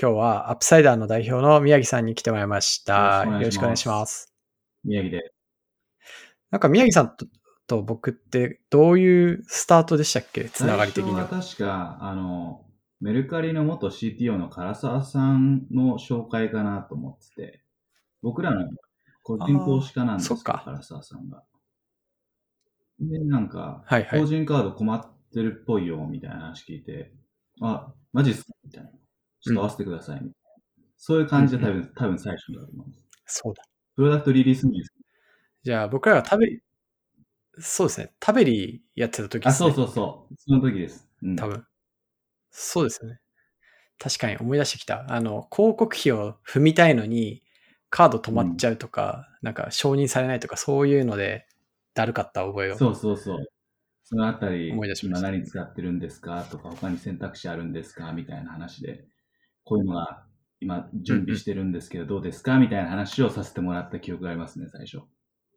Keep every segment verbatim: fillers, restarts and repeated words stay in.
今日はアップサイダーの代表の宮城さんに来てもらいましよろした。 くお願いしよろしくお願いしま。 ますす。 宮城で。 なんか宮城さんとと僕ってどういうスタートでしたっけ？つな最初はがり的には。 確か、あの、メルカリの元 シーティーオー の唐沢さんの紹介かなと思ってて、僕らの個人投ああ、 資家なんですけど、 そっか。 唐沢さんが。で、なんか、 はいはい。 法人カード困ってるっぽいよ、みたいな話聞いて、あ、マジっすかみたいな。ちょうん。 っと合わせてください、みたいな。そういううんうん。 感じで多分、多分最初だと思います。 そうだ。 プロダクトリリースミュージック。 じゃあ僕らが食べ、そうですね。タベリーやってた時であ、そうすね。 そうそう。その時です。うん。 多分。そうですよね。確かに思い出してきた。あの、広告費を踏みたいのに、カード止うん。 まっちゃうとか、なんか承認されないとか、そういうので、だるかった覚えをそうそうそう。そのあた思いり、今出しました。 何使ってるんですかとか、他に選択肢あるんですかみたいな話で、こういうのが今準備うんうん。 してるんですけど、どうですかみたいな話をさせてもらった記憶がありますね、最初。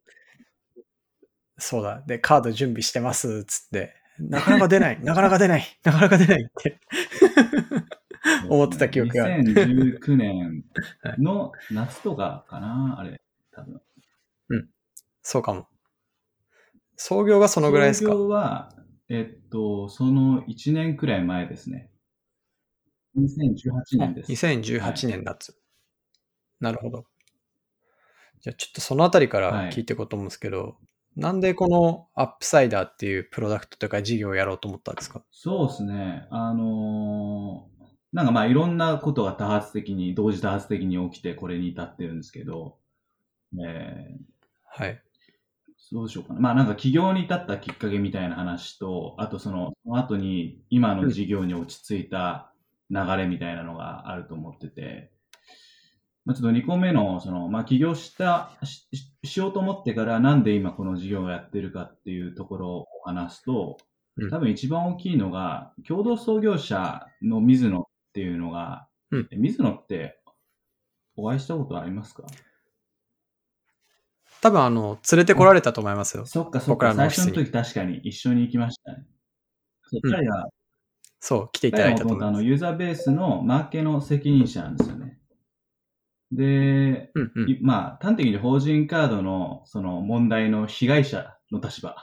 そうだ。で、カード準備してます、つって。なかなか出ない、なかなか出ない、なかなか出ないって思ってたそうですね。 記憶がある。 にせんじゅうきゅうねんはい。 の夏とかかなあれ、多分。 うん。そうかも。創業がそのぐらいで創すか？ 業は、えっと、そのいちねんくらい前ですね。にせんじゅうはちねんあ、 です。 2018 はい。 年夏。なるほど。じゃあちょっとそのあたりからはい。 聞いていこうと思うんですけど、なんでこのアップサイダーっていうプロダクトとか事業をやろうと思ったんですか？ そうですね。あのーなんかまあいろんなことが多発的に、同時多発的に起きてこれに至ってるんですけど、えー、 はい。 どうしようかな。まあなんか起業に至ったきっかけみたいな話と、あとその、その後に今のうん。 事業に落ち着いた流れみたいなのがあると思ってて、まあ、ちょっとにこめの、その、まあ起業したし、しようと思ってからなんで今この事業をやってるかっていうところを話すと、 うん。 多分一番大きいのが、共同創業者の水野っていうのがうん。 いて、水野ってお会いしたことありますか？ 多分あの、連れてこらあ、 れたと思いますよ。 そっかそっか、 僕らの最初のオフィスに。 時確かに一緒に行きましたね。そう、 うん。 彼が、 そう、来ていただい彼がもともたと思います。 とあのユーザーベースのマーケの責任者なんですよね。で、 うんうん。 いまあ、端的に法人カードのその問題の被害者の立場。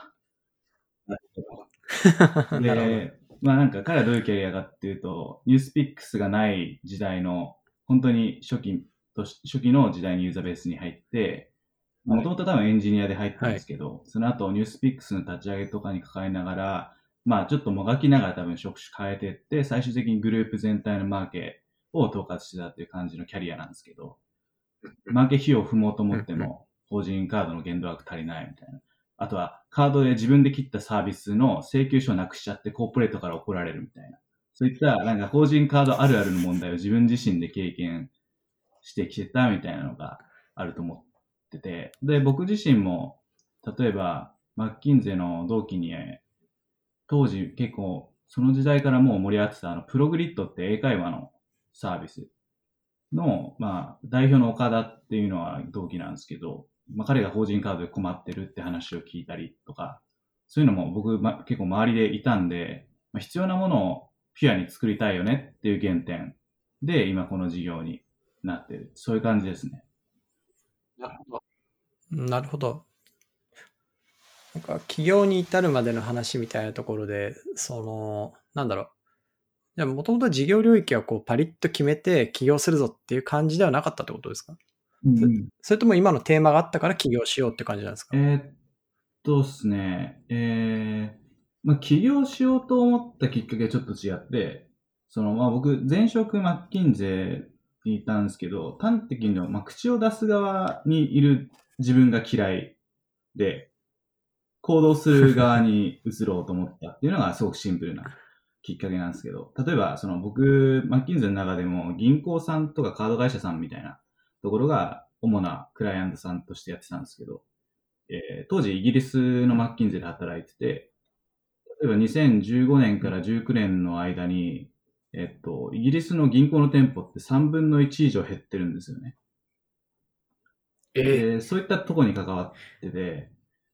なるほど。 で、まあなんか彼はどういうキャリアかっていうと、ニュースピックスがない時代の、本当に初期とし、初期の時代にユーザーベースに入って、もともと多分エンジニアで入ったんはい。 ですけど、その後ニュースピックスの立ち上げとかに関わりながら、まあちょっともがきながら多分職種変えていって、最終的にグループ全体のマーケを統括してたっていう感じのキャリアなんですけど、マーケ費用を踏もうと思うんうん。 っても、法人カードの限度額足りないみたいな。あとは、カードで自分で切ったサービスの請求書をなくしちゃって、コーポレートから怒られるみたいな。そういった、なんか法人カードあるあるの問題を自分自身で経験してきてたみたいなのがあると思ってて。で、僕自身も、例えば、マッキンゼの同期に、当時結構、その時代からもう盛り上がってた、あの、プログリッドって英会話のサービスの、まあ、代表の岡田っていうのは同期なんですけど、まあ、彼が法人カードで困ってるって話を聞いたりとか、そういうのも僕、ま、結構周りでいたんで、まあ、必要なものをピュアに作りたいよねっていう原点で、今この事業になってる。そういう感じですね。 なるほど。なるほど。なんか、起業に至るまでの話みたいなところで、その、なんだろう。じゃあ、もともと事業領域はこう、パリッと決めて起業するぞっていう感じではなかったってことですか？そうんうん。 それとも今のテーマがあったから起業しようって感じなんですか？ えーっとですね、えー、まあ、起業しようと思ったきっかけはちょっと違って、その、まあ、僕、前職マッキンゼにいたんですけど、端的には、まあ、口を出す側にいる自分が嫌いで、行動する側に移ろうと思ったっていうのがすごくシンプルなきっかけなんですけど、例えば、その僕、マッキンゼの中でも銀行さんとかカード会社さんみたいなところが主なクライアントさんとしてやってたんですけど、えー当時イギリスのマッキンゼで働いてて、例えばにせんじゅうごねんからじゅうきゅうねんの間に、えっと、イギリスの銀行の店舗ってさんぶんのいち以上減ってるんですよね。 ええ。 で、そういったところに関わってて、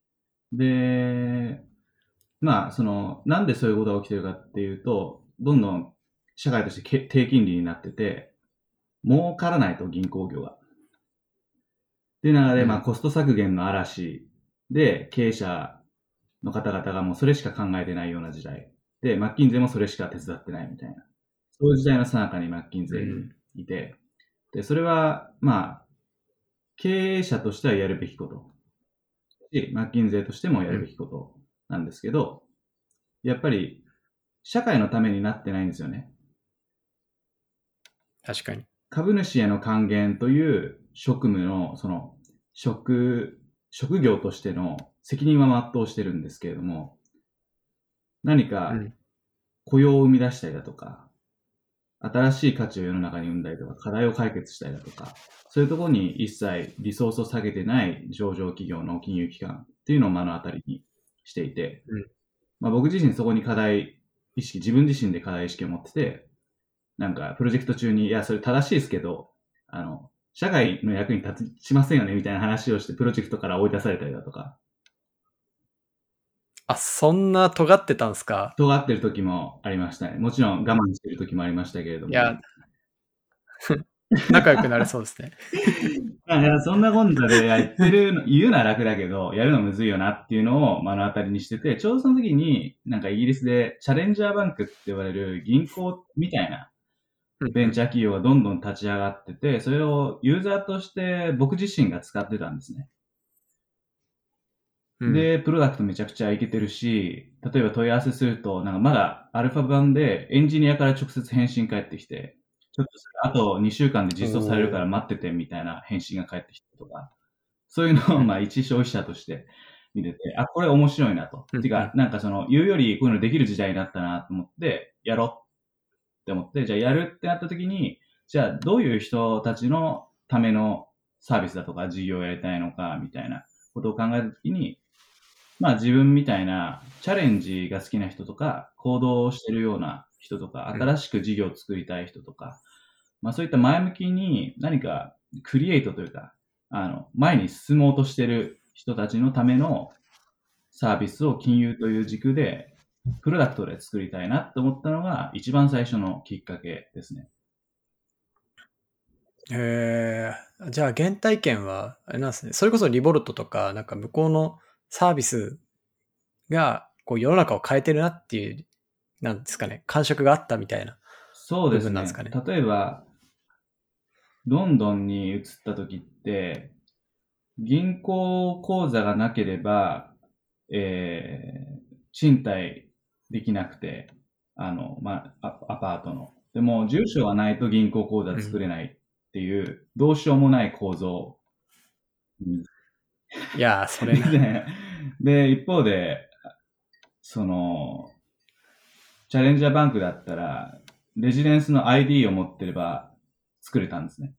で、まあ、その、なんでそういうことが起きてるかっていうと、どんどん社会として低金利になってて、 儲からないと、銀行業が。っていう中で、まあ、コスト削減の嵐で、経営者の方々がもうそれしか考えてないような時代。で、マッキンゼもそれしか手伝ってないみたいな。そういう時代の最中にマッキンゼにいて、で、それは、まあ、経営者としてはやるべきこと。マッキンゼとしてもやるべきことなんですけど、やっぱり、社会のためになってないんですよね。 確かに。 株主への還元という職務の、その、職、職業としての責任は全うしてるんですけれども、何か雇用を生み出したりだとか、新しい価値を世の中に生んだりとか、課題を解決したりだとか、そういうところに一切リソースを下げてない上場企業の金融機関っていうのを目の当たりにしていて、 うん、 まあ、僕自身そこに課題意識、自分自身で課題意識を持ってて、なんかプロジェクト中に、いや、それ正しいですけど、あの、社会の役に立ちませんよねみたいな話をして、プロジェクトから追い出されたりだとか。 あ、そんな尖ってたんですか？ 尖ってる時もありましたね。もちろん我慢してる時もありましたけれども。 いや、仲良くなれそうですね。 いや、そんなこんなでやってるの、言うのは楽だけど、やるのむずいよなっていうのを目の当たりにしてて、ちょうどその時に、なんかイギリスでチャレンジャーバンクって言われる銀行みたいなベンチャー企業がどんどん立ち上がってて、それをユーザーとして僕自身が使ってたんですね。 うん、 で、プロダクトめちゃくちゃいけてるし、例えば問い合わせすると、なんかまだアルファ版でエンジニアから直接返信返ってきて、ちょっとあとにしゅうかんで実装されるから待っててみたいな返信が返ってきたとか、そういうのをまあ一消費者として見てて、あ、これ面白いなと。てか、なんかその言うよりこういうのできる時代になったなと思って、やろうって思って、じゃあやるってなった時に、じゃあどういう人たちのためのサービスだとか事業をやりたいのかみたいなことを考えた時に、まあ自分みたいなチャレンジが好きな人とか、行動してるような人とか、新しく事業を作りたい人とか、まあそういった前向きに何かクリエイトというか、あの、前に進もうとしてる人たちのためのサービスを金融という軸で、プロダクトで作りたいなって思ったのが一番最初のきっかけですね。 へえ、じゃあ原体験は、あれなんですね。それこそリボルトとか、なんか向こうのサービスが、こう世の中を変えてるなっていう、なんですかね、感触があったみたいな部そうですね。 分なんですかね。 例えば、ロンドンに移った時って、銀行口座がなければ、えー、賃貸できなくて、あの、まあ、アパートの。でも、住所がないと銀行口座作れないっていう、どうしようもない構造。 いやー、それな。 で、で、一方で、その、チャレンジャーバンクだったら、レジデンスの アイディー を持ってれば作れたんですね。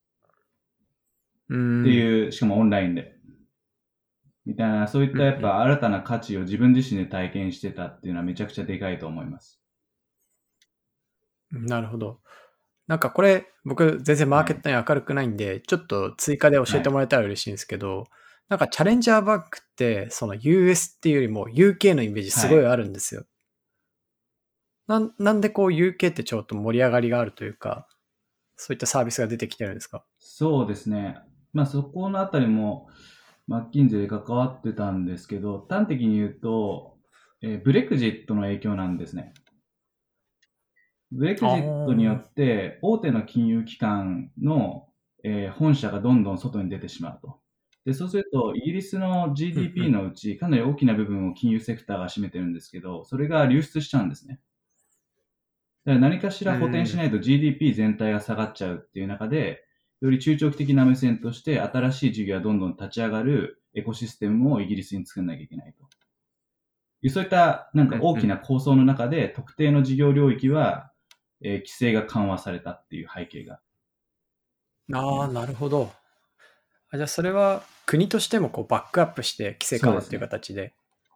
うんっていう、しかもオンラインで。みたいな、そういったやっぱ新たな価値を自分自身で体験してたっていうのはめちゃくちゃでかいと思います。 なるほど。なんかこれ、僕全然マーケットに明るくないんで、はい、ちょっと追加で教えてもらえたら嬉しいんですけど、はい、なんかチャレンジャーバンクって、その ユーエス っていうよりも ユーケー のイメージすごいあるんですよ。はい、な, なんでこう ユーケー ってちょっと盛り上がりがあるというか、そういったサービスが出てきてるんですか？ そうですね。まあそこのあたりも、マッキンゼで関わってたんですけど、端的に言うと、えー、ブレクジットの影響なんですね。ブレクジットによって、大手の金融機関の、えー、本社がどんどん外に出てしまうと。で、そうすると、イギリスの ジーディーピー のうち、かなり大きな部分を金融セクターが占めてるんですけど、それが流出しちゃうんですね。だから何かしら補填しないと ジーディーピー 全体が下がっちゃうっていう中で、より中長期的な目線として新しい事業がどんどん立ち上がるエコシステムをイギリスに作らなきゃいけないと。そういったなんか大きな構想の中で特定の事業領域は、えー、規制が緩和されたっていう背景が。 ああ、なるほど。あ、じゃあそれは国としてもこうバックアップして規制緩和っていう形で、でね、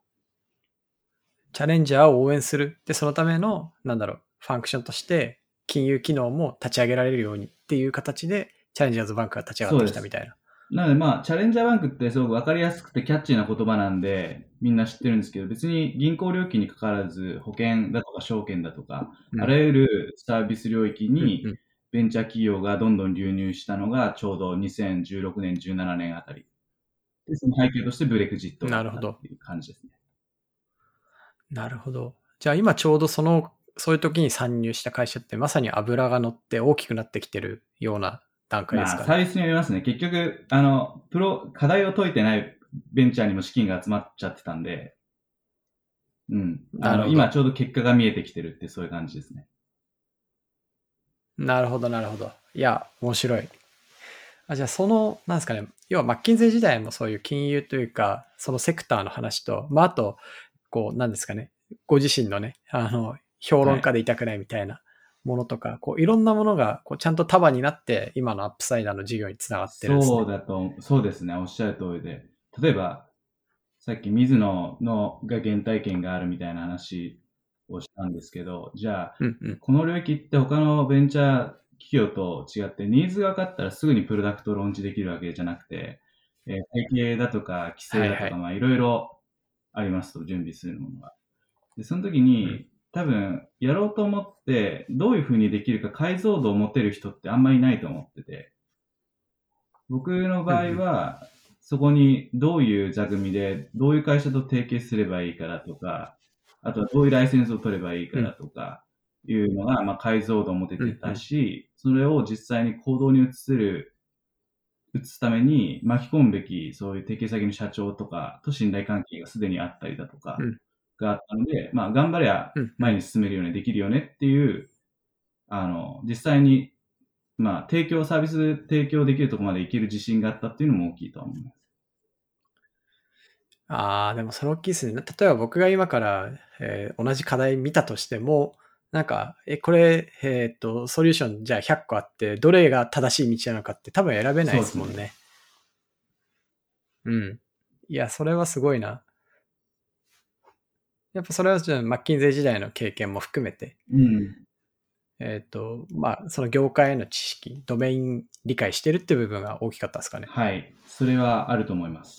チャレンジャーを応援する。で、そのための、なんだろう、ファンクションとして金融機能も立ち上げられるようにっていう形で、チャレンジャーズバンクが立ち上がってきたみたいな。 なのでまあ、チャレンジャーバンクってすごくわかりやすくてキャッチーな言葉なんで、みんな知ってるんですけど、別に銀行領域に関わらず、保険だとか証券だとか、うん、あらゆるサービス領域に、うんうん、 ベンチャー企業がどんどん流入したのがちょうどにせんじゅうろくねん、じゅうななねんあたり。で、その背景としてブレクジットがあったっていう感じですね。 なるほど。じゃあ今ちょうどその、そういう時に参入した会社ってまさに油が乗って大きくなってきてるような段階ですかね。 まあ、サービスによりますね。結局、あの、プロ、課題を解いてないベンチャーにも資金が集まっちゃってたんで、うん。あの、今ちょうど結果が見えてきてるってそういう感じですね。 なるほど、なるほど。いや、面白い。あ、じゃあその、なんですかね、要はマッキンゼー時代もそういう金融というか、そのセクターの話と、まああと、こう、なんですかね、ご自身のね、あの、評論家でいたくないみたいなものとか、はい、こういろんなものがこうちゃんと束になって、今のアップサイダーの事業につながってるんですね。 そうだと、そうですね、おっしゃる通りで。例えば、さっき水野のが原体験があるみたいな話をしたんですけど、じゃあ、 うんうん、この領域って他のベンチャー企業と違ってニーズが分かったらすぐにプロダクトをローンチできるわけじゃなくて、えー、体系だとか規制だとか、はいはい、まあいろいろありますと、準備するものが。で、その時に、うん、多分やろうと思ってどういうふうにできるか解像度を持てる人ってあんまりいないと思ってて、僕の場合は、うんうん、そこにどういう座組で、どういう会社と提携すればいいからとか、あとはどういうライセンスを取ればいいからとか、いうのが、まあ、解像度を持ててたし、それを実際に行動に移せる、移すために巻き込むべき、そういう提携先の社長とかと信頼関係がすでにあったりだとか、があったので、まあ、頑張りゃ前に進めるようにできるよねっていう、あの、実際にまあ、提供、サービス提供できるところまでいける自信があったっていうのも大きいと思います。 ああ、でもそれ大きいですね。例えば僕が今から、えー、同じ課題見たとしても、なんか、え、これ、えっと、ソリューションじゃあひゃっこあって、どれが正しい道なのかって多分選べないですもんね。ねうん。いや、それはすごいな。やっぱそれはじゃあマッキンゼー時代の経験も含めて、 うん、 えっと、まあ、その業界への知識、ドメイン理解してるって部分が大きかったですかね。 はい。それはあると思います。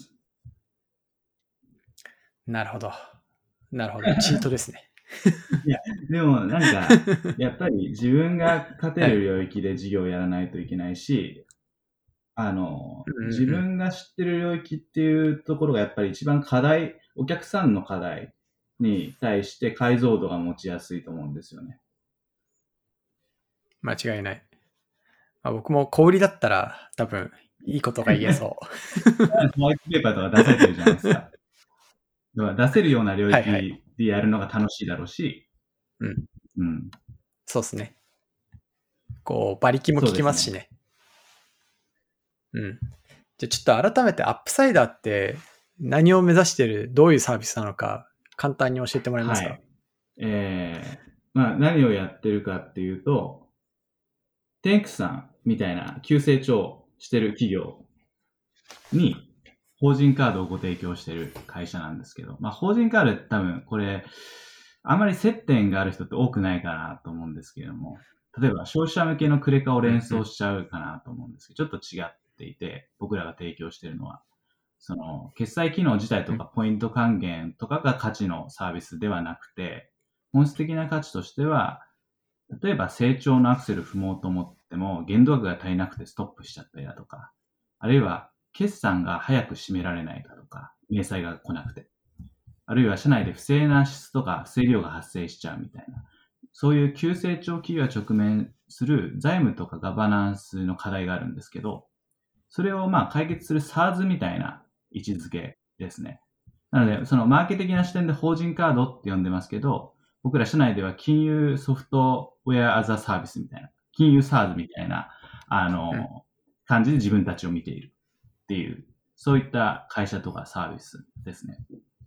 なるほど。なるほど。チートですね。 いや、でもなんか、やっぱり自分が勝てる領域で事業をやらないといけないし、はい、あの、うんうん、自分が知ってる領域っていうところがやっぱり一番課題、お客さんの課題に対して解像度が持ちやすいと思うんですよね。 間違いない。まあ、僕も小売りだったら多分いいことが言えそう。 ホワイトペーパーとか出されてるじゃないですか。出せるような領域でやるのが楽しいだろうし、 はいはい、 うん。うん。 そうですね。こう、馬力も効きますしね。うねうん。じゃあちょっと改めてアップサイダーって何を目指している、どういうサービスなのか、簡単に教えてもらえますか？はい。 えー、まあ何をやってるかっていうと、テンクスさんみたいな急成長してる企業に法人カードをご提供してる会社なんですけど、まあ法人カードって多分これ、あまり接点がある人って多くないかなと思うんですけれども、例えば消費者向けのクレカを連想しちゃうかなと思うんですけど、ちょっと違っていて、僕らが提供しているのは、その決済機能自体とかポイント還元とかが価値のサービスではなくて、本質的な価値としては、例えば成長のアクセル踏もうと思っても限度額が足りなくてストップしちゃったりだとか、あるいは決算が早く締められないだとか、明細が来なくて、あるいは社内で不正な支出とか不正量が発生しちゃうみたいな、そういう急成長企業が直面する財務とかガバナンスの課題があるんですけど、それをまあ解決する SaaS みたいな位置づけですね。なので、そのマーケ的な視点で法人カードって呼んでますけど、僕ら社内では金融ソフトウェアアザサービスみたいな、金融 SaaS みたいな、あの、うん、感じで自分たちを見ているっていう、そういった会社とかサービスですね。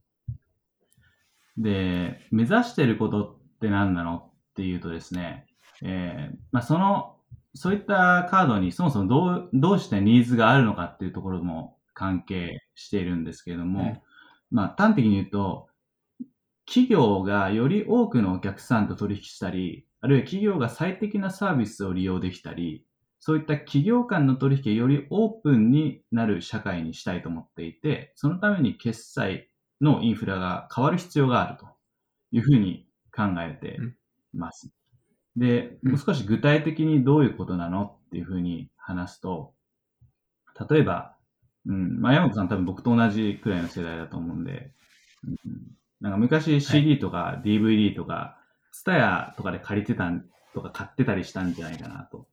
で、目指していることって何なのっていうとですね、えー、まあ、その、そういったカードにそもそもどう、どうしてニーズがあるのかっていうところも関係しているんですけれども、うん、まあ、端的に言うと、企業がより多くのお客さんと取引したり、あるいは企業が最適なサービスを利用できたり、そういった企業間の取引がよりオープンになる社会にしたいと思っていて、そのために決済のインフラが変わる必要があるというふうに考えています。 で、もう少し具体的にどういうことなのっていうふうに話すと、例えば、うん、まあ、山本さん多分僕と同じくらいの世代だと思うんで、うん、なんか昔 シーディー とか ディーブイディー とか、ツタヤとかで借りてたんとか買ってたりしたんじゃないかなと。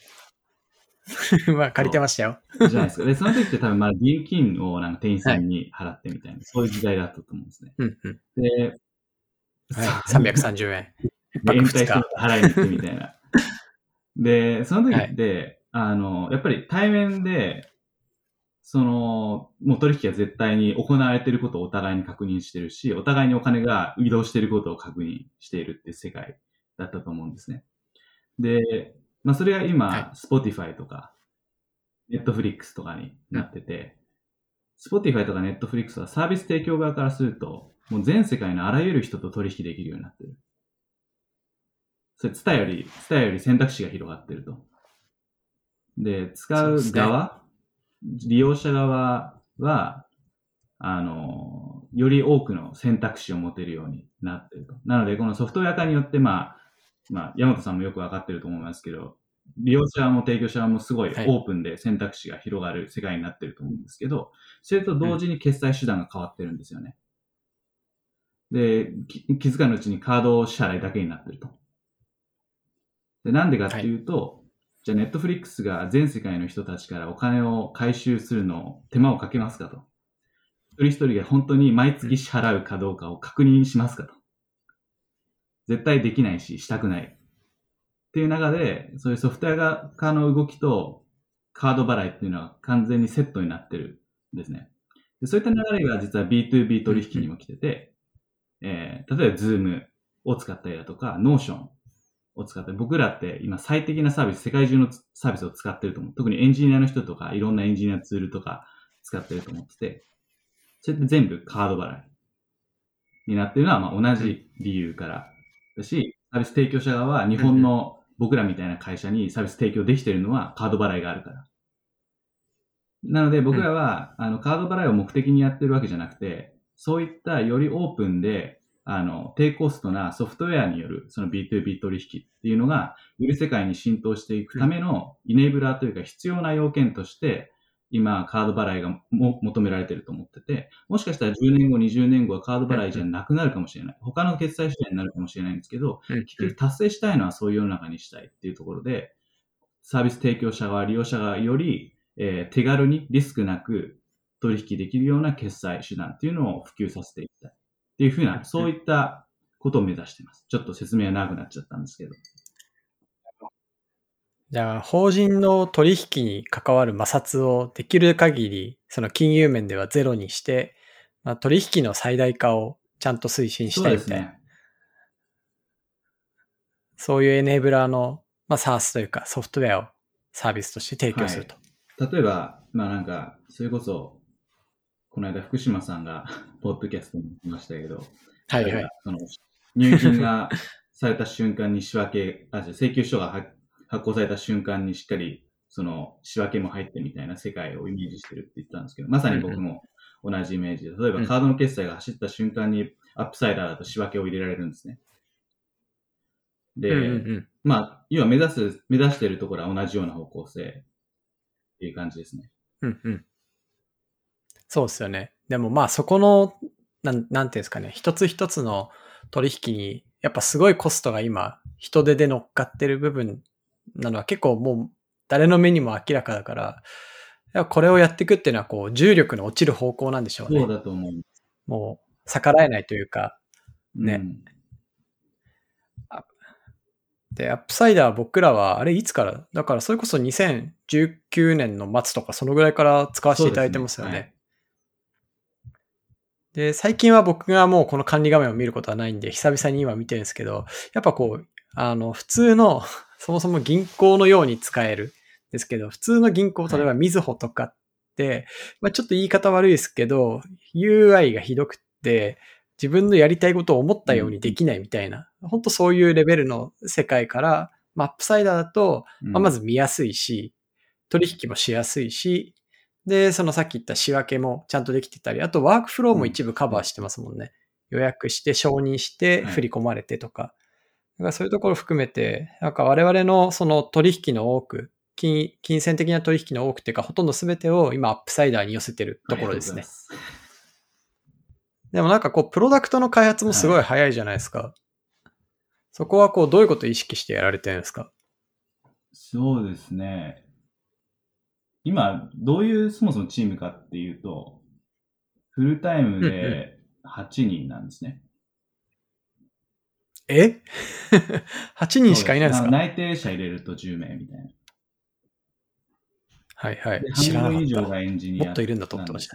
まあ、借りてましたよ。 じゃないですか。で、その時って多分まあ現金をなんか店員さんに払ってみたいな、はい、そういう時代だったと思うんですね。 うんうん、 で、 はい、さんびゃくさんじゅうえん。 で、延滞して払いに行ってみたいな。で、その時って、はい、あの、やっぱり対面で、その、もう取引が絶対に行われていることをお互いに確認してるし、お互いにお金が移動していることを確認しているっていう世界だったと思うんですね。で、まあそれが今、はい、Spotify とか、Netflix とかになってて、うん、Spotify とか Netflix はサービス提供側からすると、もう全世界のあらゆる人と取引できるようになってる。それ、ツタより、ツタより選択肢が広がってると。で、使う側、ね、利用者側は、あの、より多くの選択肢を持てるようになってると。なので、このソフトウェア化によって、まあ、まあ、山本さんもよくわかってると思いますけど、利用者も提供者もすごいオープンで選択肢が広がる世界になってると思うんですけど、はい、それと同時に決済手段が変わってるんですよね。で、気づかぬうちにカード支払いだけになってると。で、なんでかっていうと、はい、じゃあネットフリックスが全世界の人たちからお金を回収するのを手間をかけますかと。一人一人が本当に毎月支払うかどうかを確認しますかと。絶対できないし、したくない。っていう中で、そういうソフトウェア化の動きとカード払いっていうのは完全にセットになってるんですね。でそういった流れが実は ビーツービー 取引にも来てて、えー、例えば Zoom を使ったりだとか、Notion を使って、僕らって今最適なサービス、世界中のサービスを使ってると思う。特にエンジニアの人とか、いろんなエンジニアツールとか使ってると思ってて、それって全部カード払いになってるのはまあ同じ理由からだし、サービス提供者側は日本の僕らみたいな会社にサービス提供できてるのはカード払いがあるから。なので僕らは、あのカード払いを目的にやってるわけじゃなくて、そういったよりオープンで、あの、低コストなソフトウェアによるその ビーツービー 取引っていうのが、より世界に浸透していくためのイネーブラーというか必要な要件として、今、カード払いがも求められていると思ってて、もしかしたらじゅうねんご、にじゅうねんごはカード払いじゃなくなるかもしれない。他の決済手段になるかもしれないんですけど、結局達成したいのはそういう世の中にしたいっていうところで、サービス提供者側、利用者がより、えー、手軽にリスクなく取引できるような決済手段っていうのを普及させていきたいっていうふうな、そういったことを目指しています。ちょっと説明は長くなっちゃったんですけど。 じゃあ、法人の取引に関わる摩擦をできる限り、その金融面ではゼロにして、まあ、取引の最大化をちゃんと推進したいみたいな。そうですね。そういうエネーブラーの、まあ、SaaS というかソフトウェアをサービスとして提供すると。 はい、例えば、まあなんか、それこそ、この間福島さんがポッドキャストに言いましたけど、 はいはい。 その入金がされた瞬間に仕分け、あ、請求書が発行された瞬間にしっかりその仕分けも入ってみたいな世界をイメージしてるって言ったんですけど、まさに僕も同じイメージで、例えばカードの決済が走った瞬間にアップサイダーだと仕分けを入れられるんですね。で、うんうんうん、まあ、要は目指す、目指しているところは同じような方向性っていう感じですね。 うんうん。そうですよね。でもまあそこの、なん、なんていうんですかね、一つ一つの取引に、やっぱすごいコストが今、人手で乗っかってる部分なのは結構もう誰の目にも明らかだから、これをやっていくっていうのはこう重力の落ちる方向なんでしょうね。 そうだと思います。 もう逆らえないというか、ね。うん、で、アップサイダー僕らは、あれいつからだからそれこそにせんじゅうきゅうねんの末とかそのぐらいから使わせていただいてますよね。ね、はい、で、最近は僕がもうこの管理画面を見ることはないんで、久々に今見てるんですけど、やっぱこう、あの、普通の、そもそも銀行のように使えるんですけど、普通の銀行、例えばみずほとかって、はい、まあちょっと言い方悪いですけど、ユーアイ がひどくって、自分のやりたいことを思ったようにできないみたいな、うん、本当そういうレベルの世界から、まあ、アップサイダーだと、まあ、まず見やすいし、取引もしやすいし、で、そのさっき言った仕分けもちゃんとできてたり、あとワークフローも一部カバーしてますもんね。うん、予約して承認して振り込まれてとか。 だからそういうところ含めて、なんか我々のその取引の多く、金、金銭的な取引の多くっていうか、ほとんど全てを今アップサイダーに寄せてるところですね。でもなんかこう、プロダクトの開発もすごい早いじゃないですか。はい、そこはこう、どういうことを意識してやられてるんですか？ そうですね。今、どういうそもそもチームかっていうと、フルタイムではちにんなんですね。 うんうん、えはちにんしかいないんですか？ 内定者入れるとじゅうめいみたいな。 はいはい。 知らなかった。半分以上がエンジニア。 もっといるんだと思ってました。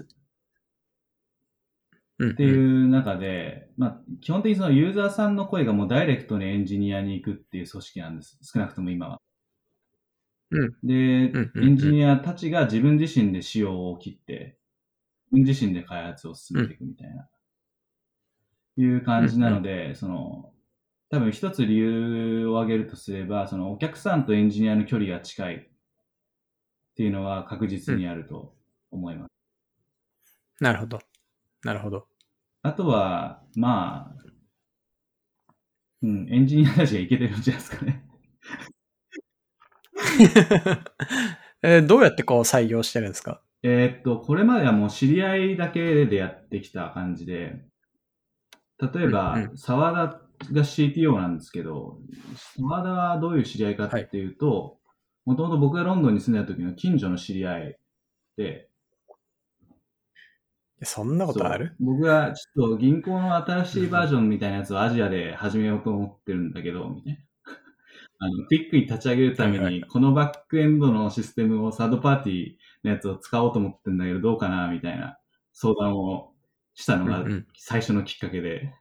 っていう中で、まあ、基本的にそのユーザーさんの声がもうダイレクトにエンジニアに行くっていう組織なんです。少なくとも今は。 うん、 で、うんうんうん、エンジニアたちが自分自身で仕様を切って、自分自身で開発を進めていくみたいな、うん、いう感じなので、うんうん、その、多分一つ理由を挙げるとすれば、そのお客さんとエンジニアの距離が近いっていうのは確実にあると思います。 うん、なるほど。なるほど。 あとは、まあ、うん、エンジニアたちがいけてるんじゃないですかね。 えー、どうやってこう採用してるんですか？ えー、っと、これまではもう知り合いだけでやってきた感じで、例えば、澤、うんうん、田が シーティーオー なんですけど、澤田はどういう知り合いかっていうと、もともと僕がロンドンに住んでた時の近所の知り合いで、 そんなことある？ 僕がちょっと銀行の新しいバージョンみたいなやつをアジアで始めようと思ってるんだけど、みたいな。あの、クイックに立ち上げるために、このバックエンドのシステムをサードパーティーのやつを使おうと思ってるんだけど、どうかなみたいな相談をしたのが最初のきっかけで。うんうん、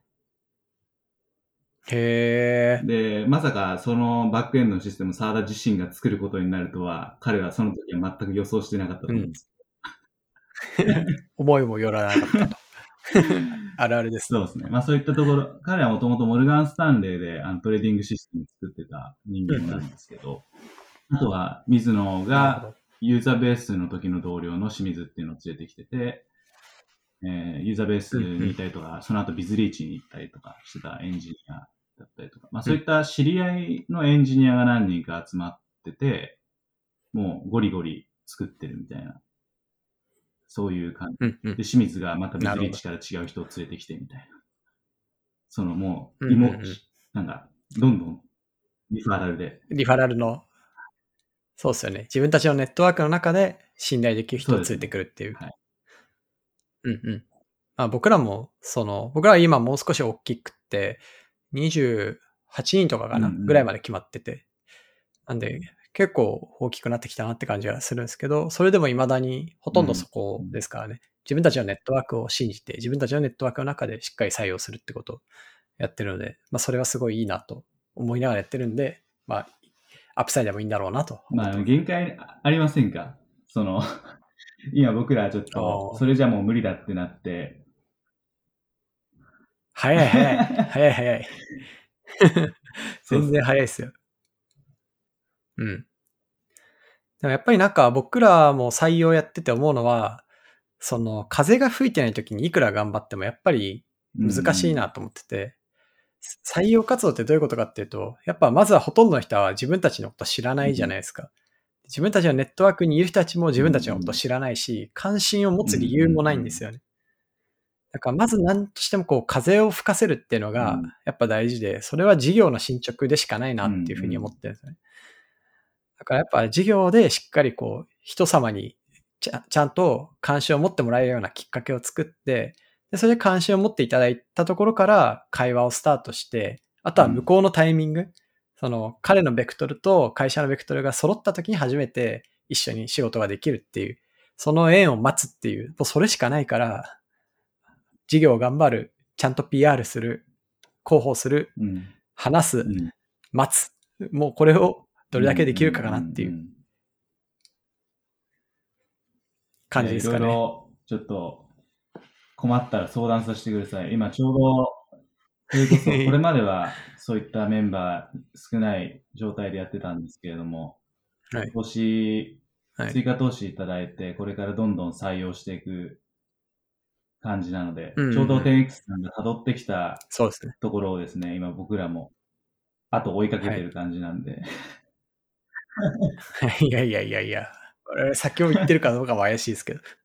へー。 で、まさかそのバックエンドのシステムを澤田自身が作ることになるとは、彼はその時は全く予想してなかったと思うんです。 うん、思いもよらなかったと。あるあるです、 ね。そうですね。まあそういったところ、彼はもともとモルガン・スタンレーであのトレーディングシステムを作ってた人間なんですけど、うんうん、あとは水野がユーザーベースの時の同僚の清水っていうのを連れてきてて、えー、ユーザーベースにいたりとか、うんうん、その後ビズリーチに行ったりとかしてたエンジニアだったりとか、まあそういった知り合いのエンジニアが何人か集まってて、もうゴリゴリ作ってるみたいな。そういう感じ。うんうん、で、清水がまたビズリーチから違う人を連れてきてみたいな。そのもう、芋、うんうんうん、なんか、どんどんリファラルで。 リファラルの、そうですよね。自分たちのネットワークの中で信頼できる人を連れてくるっていう。うね、はい。うんうん。まあ、僕らも、その、僕らは今もう少し大きくって、にじゅうはちにんとかかな、うんうん、ぐらいまで決まってて。なんで、結構大きくなってきたなって感じがするんですけど、それでも未だにほとんどそこですからね。うん、自分たちのネットワークを信じて、自分たちのネットワークの中でしっかり採用するってことをやってるので、まあそれはすごいいいなと思いながらやってるんで、まあ、アップサイドでもいいんだろうなと。 まあ、限界ありませんか？その、今僕らちょっと、それじゃもう無理だってなって。 早い早い。早い早い。全然早いですよ。うん。でもやっぱりなんか僕らも採用やってて思うのは、その風が吹いてない時にいくら頑張ってもやっぱり難しいなと思ってて、採用活動ってどういうことかっていうと、やっぱまずはほとんどの人は自分たちのこと知らないじゃないですか。自分たちのネットワークにいる人たちも自分たちのこと知らないし、関心を持つ理由もないんですよね。だからまず何としてもこう風を吹かせるっていうのがやっぱ大事で、それは事業の進捗でしかないなっていうふうに思ってるんですよね。だからやっぱ事業でしっかりこう人様にち ゃ, ちゃんと関心を持ってもらえるようなきっかけを作って、でそれで関心を持っていただいたところから会話をスタートして、あとは向こうのタイミング、うん、その彼のベクトルと会社のベクトルが揃った時に初めて一緒に仕事ができるっていう、その縁を待つっていう、もうそれしかないから、事業を頑張る、ちゃんと ピーアール する、広報する、うん、話す、うん、待つ。もうこれをどれだけできるかかなっていう感じですかね。 いろいろちょっと困ったら相談させてください。今ちょうど、それこそこれまではそういったメンバー少ない状態でやってたんですけれども、はい、今年追加投資いただいて、これからどんどん採用していく感じなので、うんうん、ちょうど テンエックス さんが辿ってきたところをですね、今僕らもあと追いかけてる感じなんで。 はい、いやいやいやいや、先を言ってるかどうかも怪しいですけど。